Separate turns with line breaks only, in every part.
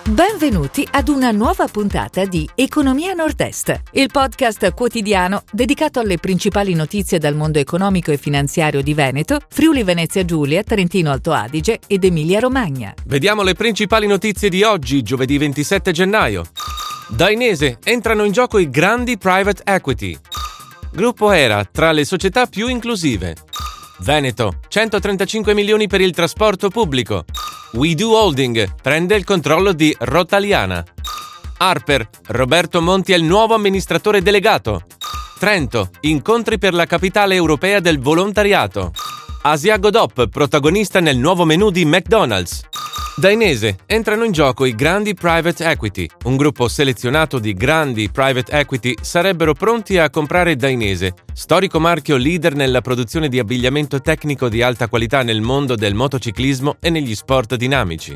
Benvenuti ad una nuova puntata di Economia Nord-Est, il podcast quotidiano dedicato alle principali notizie dal mondo economico e finanziario di Veneto, Friuli Venezia Giulia, Trentino Alto Adige ed Emilia Romagna.
Vediamo le principali notizie di oggi, giovedì 27 gennaio. Dainese, entrano in gioco i grandi private equity. Gruppo Hera, tra le società più inclusive. Veneto, 135 milioni per il trasporto pubblico. WeDo Holding prende il controllo di Rotaliana. Harper, Roberto Monti è il nuovo amministratore delegato. Trento, incontri per la capitale europea del volontariato. Asiago DOP, protagonista nel nuovo menù di McDonald's. Dainese, entrano in gioco i grandi private equity. Un gruppo selezionato di grandi private equity sarebbero pronti a comprare Dainese, storico marchio leader nella produzione di abbigliamento tecnico di alta qualità nel mondo del motociclismo e negli sport dinamici.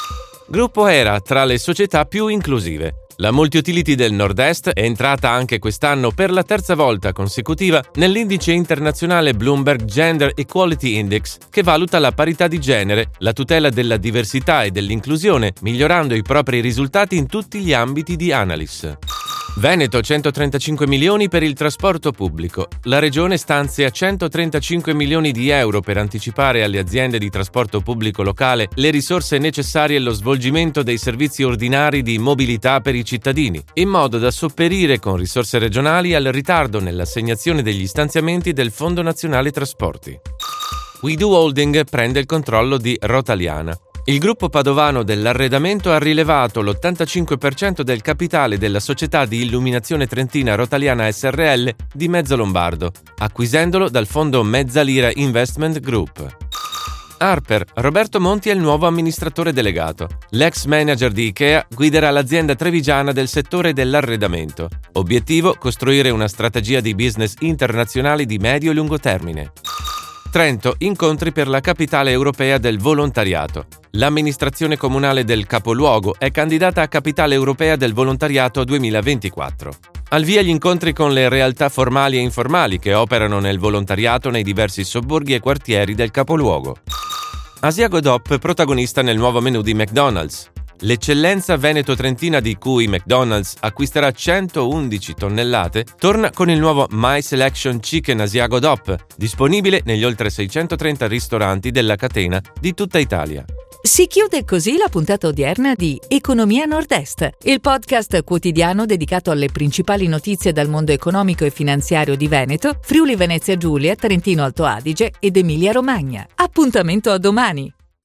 Gruppo Hera, tra le società più inclusive. La multiutility del Nord-Est è entrata anche quest'anno per la terza volta consecutiva nell'indice internazionale Bloomberg Gender Equality Index, che valuta la parità di genere, la tutela della diversità e dell'inclusione, migliorando i propri risultati in tutti gli ambiti di analisi. Veneto, 135 milioni per il trasporto pubblico. La regione stanzia 135 milioni di euro per anticipare alle aziende di trasporto pubblico locale le risorse necessarie allo svolgimento dei servizi ordinari di mobilità per i cittadini, in modo da sopperire con risorse regionali al ritardo nell'assegnazione degli stanziamenti del Fondo Nazionale Trasporti. WeDo Holding prende il controllo di Rotaliana. Il gruppo padovano dell'arredamento ha rilevato l'85% del capitale della società di illuminazione trentina Rotaliana SRL di Mezzo Lombardo, acquisendolo dal fondo Mezzalira Investment Group. Harper, Roberto Monti è il nuovo amministratore delegato. L'ex manager di Ikea guiderà l'azienda trevigiana del settore dell'arredamento. Obiettivo: costruire una strategia di business internazionali di medio e lungo termine. Trento, incontri per la capitale europea del volontariato. L'amministrazione comunale del capoluogo è candidata a capitale europea del volontariato 2024. Al via gli incontri con le realtà formali e informali che operano nel volontariato nei diversi sobborghi e quartieri del capoluogo. Asiago DOP, protagonista nel nuovo menù di McDonald's. L'eccellenza veneto-trentina di cui McDonald's acquisterà 111 tonnellate torna con il nuovo My Selection Chicken Asiago DOP, disponibile negli oltre 630 ristoranti della catena di tutta Italia.
Si chiude così la puntata odierna di Economia Nord-Est, il podcast quotidiano dedicato alle principali notizie dal mondo economico e finanziario di Veneto, Friuli Venezia Giulia, Trentino Alto Adige ed Emilia Romagna. Appuntamento a domani!